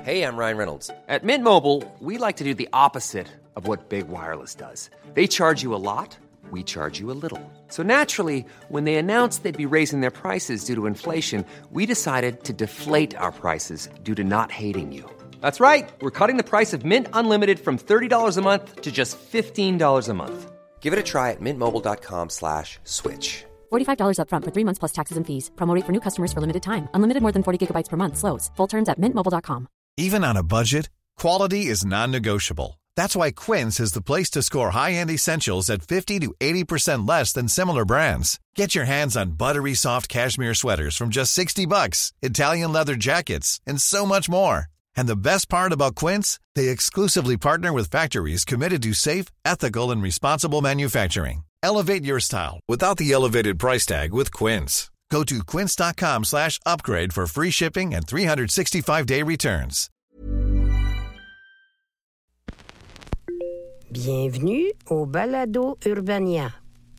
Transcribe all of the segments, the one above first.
Hey, I'm Ryan Reynolds. At Mint Mobile, we like to do the opposite of what Big Wireless does. They charge you a lot, we charge you a little. So naturally, when they announced they'd be raising their prices due to inflation, we decided to deflate our prices due to not hating you. That's right. We're cutting the price of Mint Unlimited from $30 a month to just $15 a month. Give it a try at mintmobile.com/switch. $45 up front for 3 months plus taxes and fees. Promo rate for new customers for limited time. Unlimited more than 40 gigabytes per month. Slows full terms at mintmobile.com. Even on a budget, quality is non-negotiable. That's why Quince is the place to score high-end essentials at 50 to 80% less than similar brands. Get your hands on buttery soft cashmere sweaters from just $60, Italian leather jackets, and so much more. And the best part about Quince, they exclusively partner with factories committed to safe, ethical, and responsible manufacturing. Elevate your style without the elevated price tag with Quince. Go to quince.com/upgrade for free shipping and 365-day returns. Bienvenue au Balado Urbania.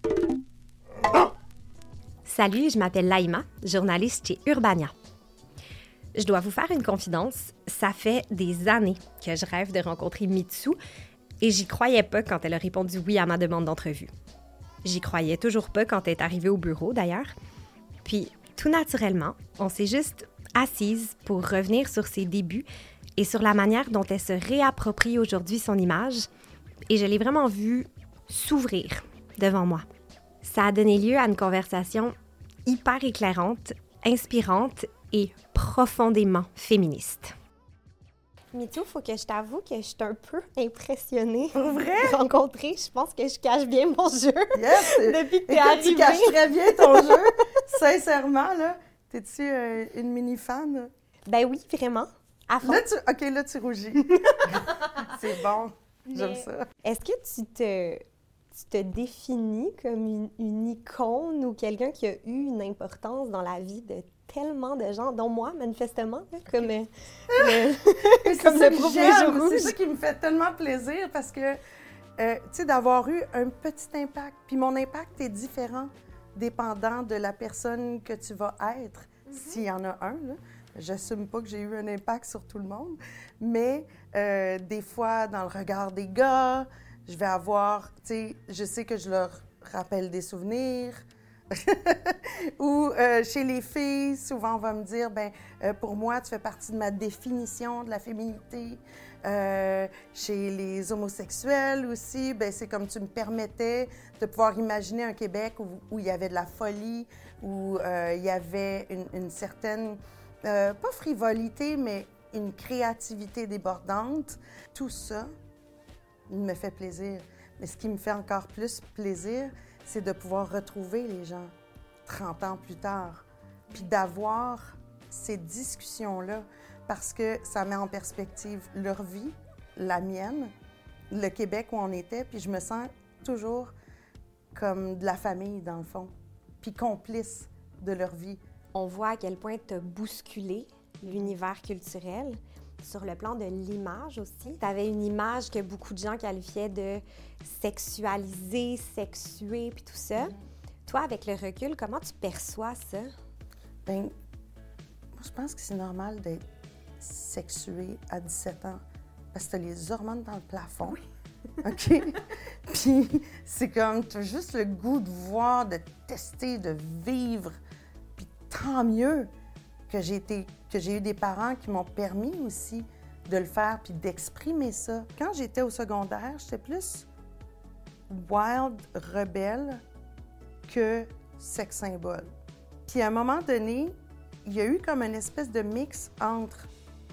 Salut, je m'appelle Laïma, journaliste chez Urbania. Je dois vous faire une confidence, ça fait des années que je rêve de rencontrer Mitsou et j'y croyais pas quand elle a répondu oui à ma demande d'entrevue. J'y croyais toujours pas quand elle est arrivée au bureau d'ailleurs. Puis, tout naturellement, on s'est juste assise pour revenir sur ses débuts et sur la manière dont elle se réapproprie aujourd'hui son image. Et je l'ai vraiment vue s'ouvrir devant moi. Ça a donné lieu à une conversation hyper éclairante, inspirante et profondément féministe. Mitsou, faut que je t'avoue que je suis un peu impressionnée de rencontrer. Je pense que je cache bien mon jeu depuis que t'es arrivée. Tu caches très bien ton jeu, sincèrement, là. T'es-tu une mini-fan? Ben oui, vraiment, à fond. Là, tu rougis. C'est bon, j'aime ça. Est-ce que tu te définis comme une icône ou quelqu'un qui a eu une importance dans la vie de tellement de gens, dont moi, manifestement, là, comme le j'aime, c'est ça qui me fait tellement plaisir parce que, tu sais, d'avoir eu un petit impact. Puis mon impact est différent dépendant de la personne que tu vas être, s'il y en a un, là. J'assume pas que j'ai eu un impact sur tout le monde, mais des fois, dans le regard des gars, je vais avoir, tu sais, je sais que je leur rappelle des souvenirs. Ou chez les filles, souvent on va me dire, pour moi, tu fais partie de ma définition de la féminité. Chez les homosexuels aussi, c'est comme tu me permettais de pouvoir imaginer un Québec où il y avait de la folie, où il y avait une certaine, pas frivolité, mais une créativité débordante. Tout ça me fait plaisir. Mais ce qui me fait encore plus plaisir, c'est de pouvoir retrouver les gens 30 ans plus tard, puis d'avoir ces discussions-là, parce que ça met en perspective leur vie, la mienne, le Québec où on était, puis je me sens toujours comme de la famille, dans le fond, puis complice de leur vie. On voit à quel point tu as bousculé l'univers culturel. Sur le plan de l'image aussi, tu avais une image que beaucoup de gens qualifiaient de sexualisée, sexuée, puis tout ça. Toi, avec le recul, comment tu perçois ça? Moi, je pense que c'est normal d'être sexuée à 17 ans parce que tu as les hormones dans le plafond. Oui. OK? Puis c'est comme, tu as juste le goût de voir, de tester, de vivre. Puis tant mieux que j'ai eu des parents qui m'ont permis aussi de le faire puis d'exprimer ça. Quand j'étais au secondaire, j'étais plus wild, rebelle que sex symbole. Puis à un moment donné, il y a eu comme une espèce de mix entre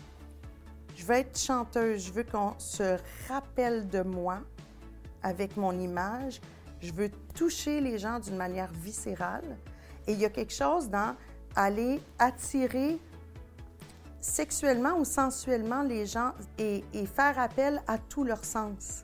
je veux être chanteuse, je veux qu'on se rappelle de moi avec mon image, je veux toucher les gens d'une manière viscérale. Et il y a quelque chose dans aller attirer sexuellement ou sensuellement les gens et faire appel à tous leurs sens.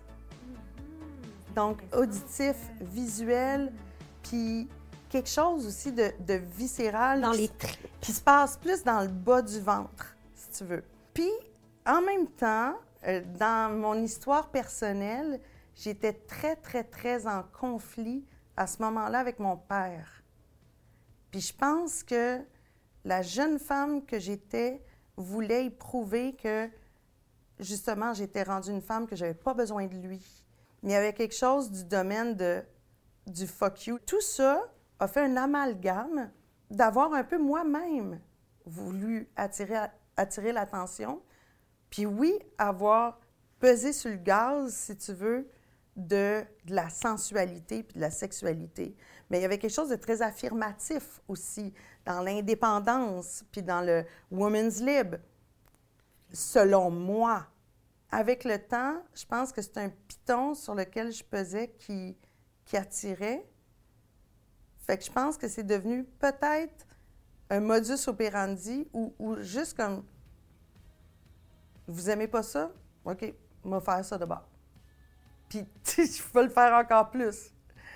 Donc, auditif, visuel, puis quelque chose aussi de viscéral. Dans les tripes. Qui se passe plus dans le bas du ventre, si tu veux. Puis, en même temps, dans mon histoire personnelle, j'étais très, très, très en conflit à ce moment-là avec mon père. Puis je pense que la jeune femme que j'étais voulait y prouver que, justement, j'étais rendue une femme, que j'avais pas besoin de lui. Mais il y avait quelque chose du domaine du fuck you. Tout ça a fait un amalgame d'avoir un peu moi-même voulu attirer l'attention. Puis oui, avoir pesé sur le gaz, si tu veux, de la sensualité puis de la sexualité. Mais il y avait quelque chose de très affirmatif aussi dans l'indépendance puis dans le woman's lib, selon moi. Avec le temps, je pense que c'est un piton sur lequel je pesais qui attirait. Fait que je pense que c'est devenu peut-être un modus operandi ou juste comme « Vous aimez pas ça? OK, on va faire ça de bord. » Puis, je peux le faire encore plus.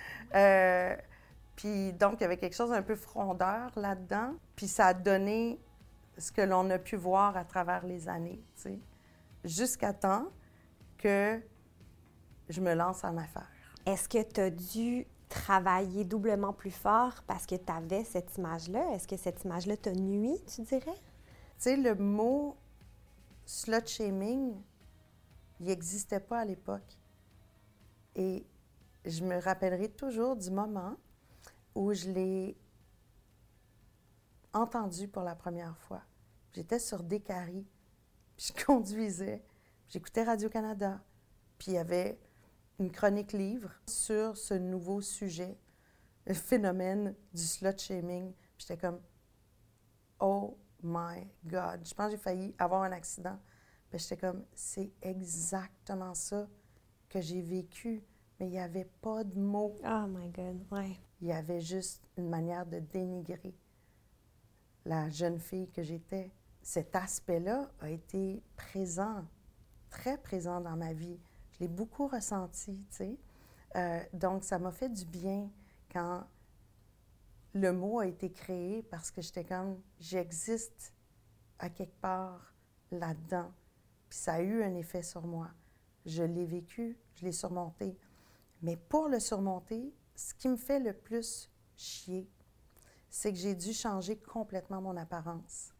Puis, donc, il y avait quelque chose d'un peu frondeur là-dedans. Puis, ça a donné ce que l'on a pu voir à travers les années, tu sais, jusqu'à temps que je me lance en affaires. Est-ce que tu as dû travailler doublement plus fort parce que tu avais cette image-là? Est-ce que cette image-là t'a nui, tu dirais? Tu sais, le mot slut-shaming, il n'existait pas à l'époque. Et je me rappellerai toujours du moment où je l'ai entendu pour la première fois. J'étais sur Décarie, puis je conduisais, j'écoutais Radio-Canada, puis il y avait une chronique livre sur ce nouveau sujet, le phénomène du slut-shaming. Puis j'étais comme « Oh my God! » Je pense que j'ai failli avoir un accident. Puis j'étais comme « C'est exactement ça que j'ai vécu. » Mais il n'y avait pas de mots. Oh my God, ouais. Il y avait juste une manière de dénigrer la jeune fille que j'étais. Cet aspect-là a été présent, très présent dans ma vie. Je l'ai beaucoup ressenti, tu sais. Donc, ça m'a fait du bien quand le mot a été créé parce que j'étais comme, j'existe à quelque part là-dedans. Puis ça a eu un effet sur moi. Je l'ai vécu, je l'ai surmonté. Mais pour le surmonter, ce qui me fait le plus chier, c'est que j'ai dû changer complètement mon apparence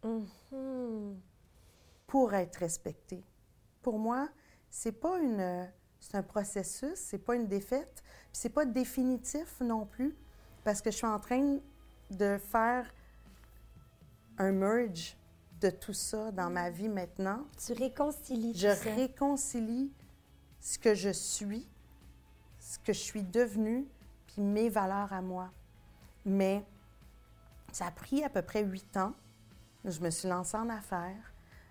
pour être respectée. Pour moi, c'est un processus, c'est pas une défaite, puis c'est pas définitif non plus, parce que je suis en train de faire un merge de tout ça dans ma vie maintenant. Tu réconcilies tout Je ça. réconcilie ce que je suis, ce que je suis devenue, puis mes valeurs à moi. Mais ça a pris à peu près 8 ans. Je me suis lancée en affaires.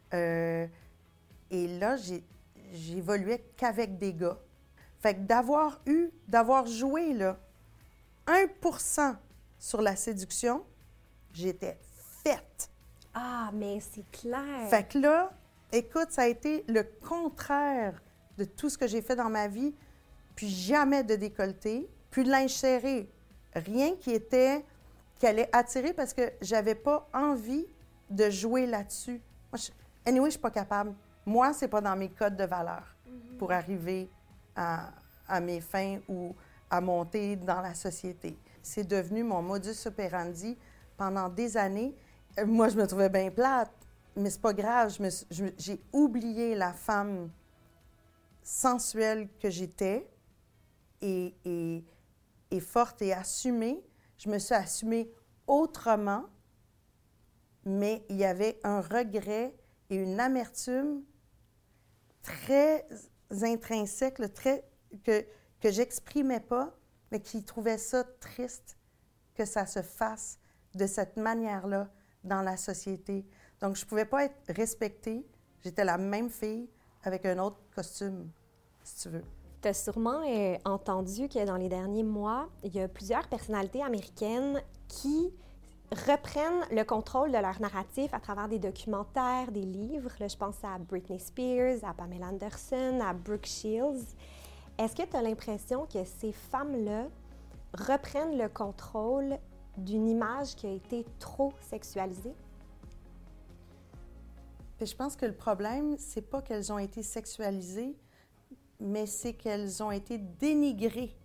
Et là, j'évoluais qu'avec des gars. Fait que d'avoir joué là, 1% sur la séduction, j'étais faite. Ah, mais c'est clair. Fait que là, écoute, ça a été le contraire de tout ce que j'ai fait dans ma vie. Puis jamais de décolleté, puis de linge serré. Rien qui allait attirer parce que j'avais pas envie de jouer là-dessus. Moi, je suis pas capable. Moi, c'est pas dans mes codes de valeur pour arriver à mes fins ou à monter dans la société. C'est devenu mon modus operandi pendant des années. Moi, je me trouvais bien plate, mais c'est pas grave. J'ai oublié la femme sensuelle que j'étais et forte et assumée. Je me suis assumée autrement, mais il y avait un regret et une amertume très intrinsèque, que j'exprimais pas, mais qui trouvait ça triste que ça se fasse de cette manière-là dans la société. Donc, je ne pouvais pas être respectée. J'étais la même fille avec un autre costume, si tu veux. Tu as sûrement entendu que dans les derniers mois, il y a plusieurs personnalités américaines qui reprennent le contrôle de leur narratif à travers des documentaires, des livres. Là, je pense à Britney Spears, à Pamela Anderson, à Brooke Shields. Est-ce que tu as l'impression que ces femmes-là reprennent le contrôle d'une image qui a été trop sexualisée? Puis je pense que le problème, c'est pas qu'elles ont été sexualisées, mais c'est qu'elles ont été dénigrées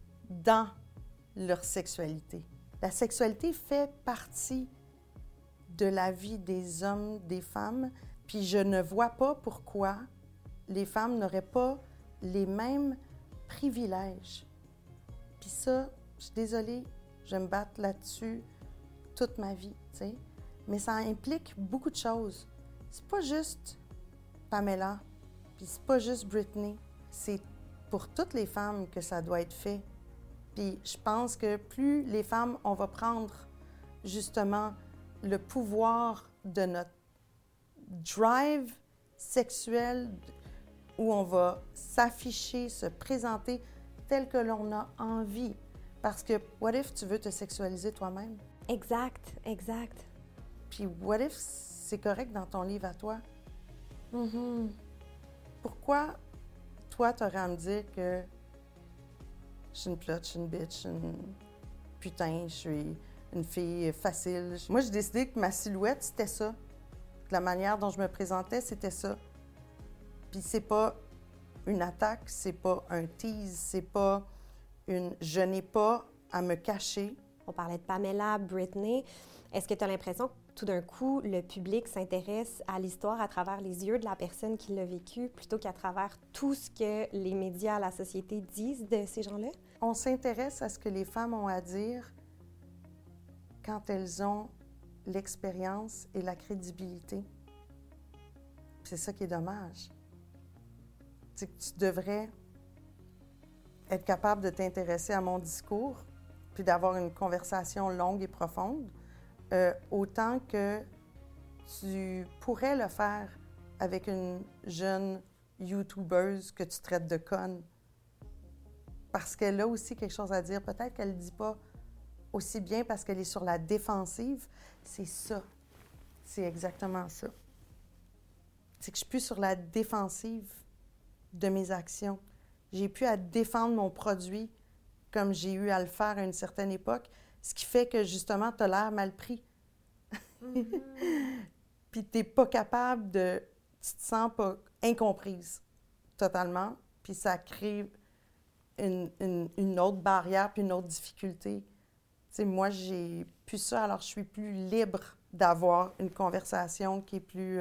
dans leur sexualité. La sexualité fait partie de la vie des hommes, des femmes, puis je ne vois pas pourquoi les femmes n'auraient pas les mêmes privilèges. Puis ça, je suis désolée, je vais me battre là-dessus toute ma vie, tu sais. Mais ça implique beaucoup de choses. C'est pas juste Pamela, puis c'est pas juste Britney. C'est pour toutes les femmes que ça doit être fait. Puis je pense que plus les femmes, on va prendre justement le pouvoir de notre drive sexuel, où on va s'afficher, se présenter tel que l'on a envie. Parce que, what if tu veux te sexualiser toi-même? Exact, exact. Puis, what if c'est correct dans ton livre à toi? Pourquoi, toi, t'aurais à me dire que je suis une plotte, je suis une bitch, une putain, je suis une fille facile? Moi, j'ai décidé que ma silhouette, c'était ça. La manière dont je me présentais, c'était ça. Puis c'est pas une attaque, c'est pas un tease, c'est pas une... Je n'ai pas à me cacher. On parlait de Pamela, Britney. Est-ce que tu as l'impression que tout d'un coup, le public s'intéresse à l'histoire à travers les yeux de la personne qui l'a vécue plutôt qu'à travers tout ce que les médias, la société disent de ces gens-là? On s'intéresse à ce que les femmes ont à dire quand elles ont l'expérience et la crédibilité. C'est ça qui est dommage. C'est que tu devrais être capable de t'intéresser à mon discours puis d'avoir une conversation longue et profonde, autant que tu pourrais le faire avec une jeune YouTubeuse que tu traites de conne. Parce qu'elle a aussi quelque chose à dire. Peut-être qu'elle ne le dit pas aussi bien parce qu'elle est sur la défensive. C'est ça. C'est exactement ça. C'est que je suis plus sur la défensive de mes actions. J'ai plus à défendre mon produit comme j'ai eu à le faire à une certaine époque, ce qui fait que, justement, tu as l'air mal pris. Puis tu n'es pas capable de... Tu te sens pas incomprise totalement, puis ça crée une autre barrière puis une autre difficulté. Tu sais, moi, j'ai plus ça, alors je suis plus libre d'avoir une conversation qui est plus...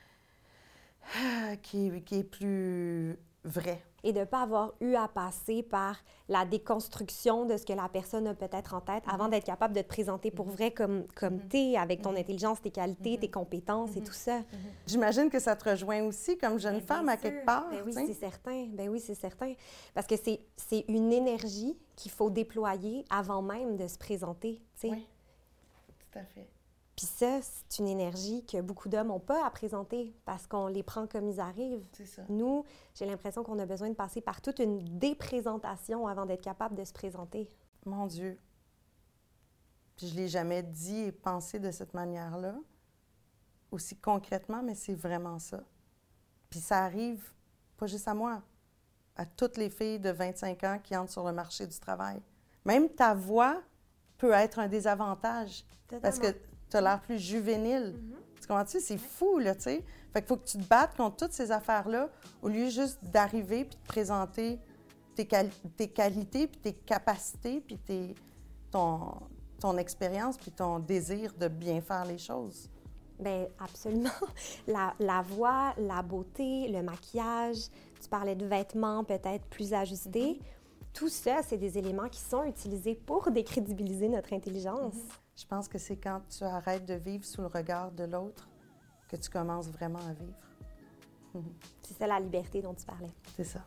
qui est plus vraie. Et de ne pas avoir eu à passer par la déconstruction de ce que la personne a peut-être en tête avant d'être capable de te présenter pour vrai comme t'es, avec ton intelligence, tes qualités, tes compétences et tout ça. J'imagine que ça te rejoint aussi comme jeune femme à quelque part. Ben oui, t'sais. c'est certain. Ben oui, c'est certain. Parce que c'est une énergie qu'il faut déployer avant même de se présenter, tu sais. Oui, tout à fait. Puis ça, c'est une énergie que beaucoup d'hommes n'ont pas à présenter parce qu'on les prend comme ils arrivent. C'est ça. Nous, j'ai l'impression qu'on a besoin de passer par toute une déprésentation avant d'être capable de se présenter. Mon Dieu. Puis je ne l'ai jamais dit et pensé de cette manière-là, aussi concrètement, mais c'est vraiment ça. Puis ça arrive, pas juste à moi, à toutes les filles de 25 ans qui entrent sur le marché du travail. Même ta voix peut être un désavantage parce que tu as l'air plus juvénile. Tu comprends-tu? C'est fou, là, tu sais. Fait qu'il faut que tu te battes contre toutes ces affaires-là au lieu juste d'arriver puis de présenter tes qualités puis tes capacités puis ton expérience puis ton désir de bien faire les choses. Bien, absolument. La voix, la beauté, le maquillage, tu parlais de vêtements peut-être plus ajustés. Tout ça, c'est des éléments qui sont utilisés pour décrédibiliser notre intelligence. Je pense que c'est quand tu arrêtes de vivre sous le regard de l'autre que tu commences vraiment à vivre. C'est ça la liberté dont tu parlais. C'est ça.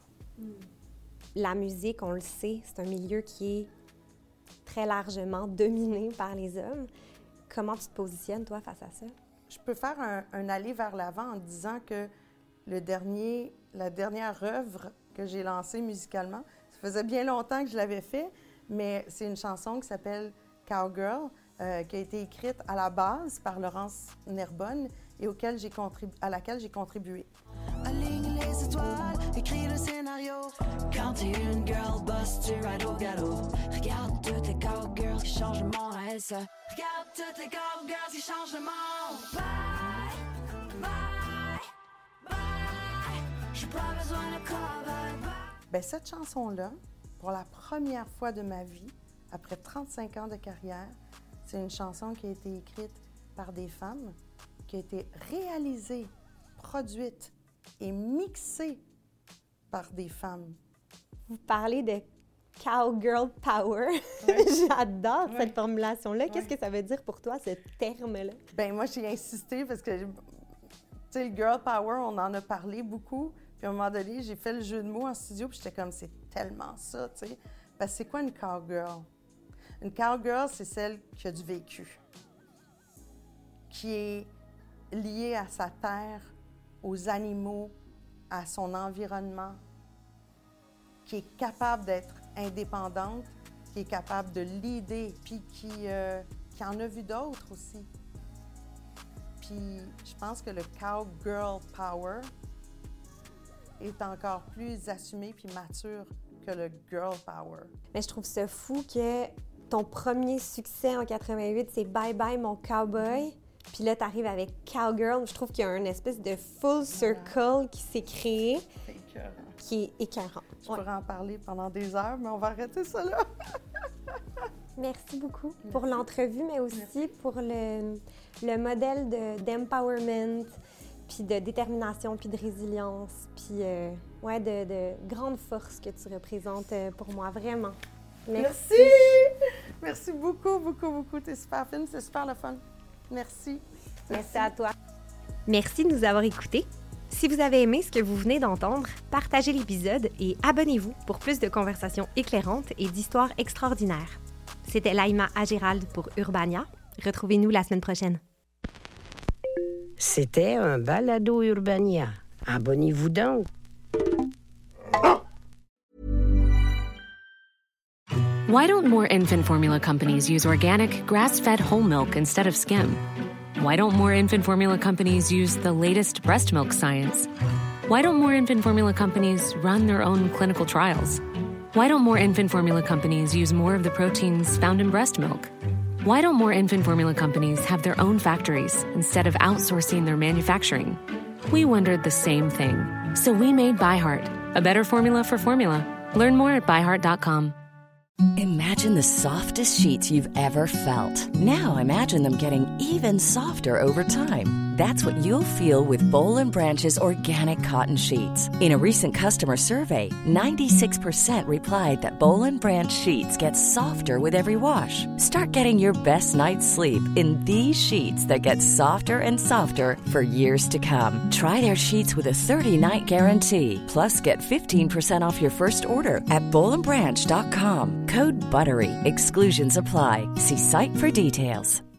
La musique, on le sait, c'est un milieu qui est très largement dominé par les hommes. Comment tu te positionnes, toi, face à ça? Je peux faire un aller vers l'avant en disant que la dernière œuvre que j'ai lancée musicalement, ça faisait bien longtemps que je l'avais fait, mais c'est une chanson qui s'appelle Cowgirl, qui a été écrite à la base par Laurence Nerbonne et à laquelle j'ai contribué. Aligne les étoiles, écris le scénario. Quand t'es une girl boss, tu rides au galop. Regarde toutes les cowgirls qui changent le monde à elles seules. Regarde toutes les cowgirls qui changent le monde. Bye, bye, bye. J'ai pas besoin de cover. Bien, cette chanson-là, pour la première fois de ma vie, après 35 ans de carrière, c'est une chanson qui a été écrite par des femmes, qui a été réalisée, produite et mixée par des femmes. Vous parlez de cowgirl power. J'adore cette formulation-là. Qu'est-ce que ça veut dire pour toi, ce terme-là? Bien, moi, j'ai insisté parce que, tu sais, le girl power, on en a parlé beaucoup. Puis à un moment donné, j'ai fait le jeu de mots en studio, puis j'étais comme, c'est tellement ça, tu sais. Parce que c'est quoi une cowgirl? Une cowgirl, c'est celle qui a du vécu, qui est liée à sa terre, aux animaux, à son environnement, qui est capable d'être indépendante, qui est capable de leader, puis qui en a vu d'autres aussi. Puis je pense que le cowgirl power est encore plus assumé puis mature que le girl power. Mais je trouve ça fou que ton premier succès en 88, c'est Bye Bye mon cowboy. Puis là, tu arrives avec Cowgirl. Je trouve qu'il y a une espèce de full circle qui s'est créé, qui est écœurant. Je pourrais en parler pendant des heures, mais on va arrêter ça là. Merci beaucoup pour l'entrevue, mais aussi pour le modèle d'empowerment, puis de détermination, puis de résilience, puis de grande force que tu représentes pour moi, vraiment. Merci! Merci beaucoup, beaucoup, beaucoup. T'es super fine, c'est super le fun. Merci. Merci à toi. Merci de nous avoir écoutés. Si vous avez aimé ce que vous venez d'entendre, partagez l'épisode et abonnez-vous pour plus de conversations éclairantes et d'histoires extraordinaires. C'était Laïma Agérald pour Urbania. Retrouvez-nous la semaine prochaine. C'était un balado Urbania. Abonnez-vous donc. Why don't more infant formula companies use organic, grass-fed whole milk instead of skim? Why don't more infant formula companies use the latest breast milk science? Why don't more infant formula companies run their own clinical trials? Why don't more infant formula companies use more of the proteins found in breast milk? Why don't more infant formula companies have their own factories instead of outsourcing their manufacturing? We wondered the same thing. So we made ByHeart, a better formula for formula. Learn more at byheart.com. Imagine the softest sheets you've ever felt. Now imagine them getting even softer over time. That's what you'll feel with Boll & Branch's organic cotton sheets. In a recent customer survey, 96% replied that Boll & Branch sheets get softer with every wash. Start getting your best night's sleep in these sheets that get softer and softer for years to come. Try their sheets with a 30-night guarantee. Plus, get 15% off your first order at bollandbranch.com. Code BUTTERY. Exclusions apply. See site for details.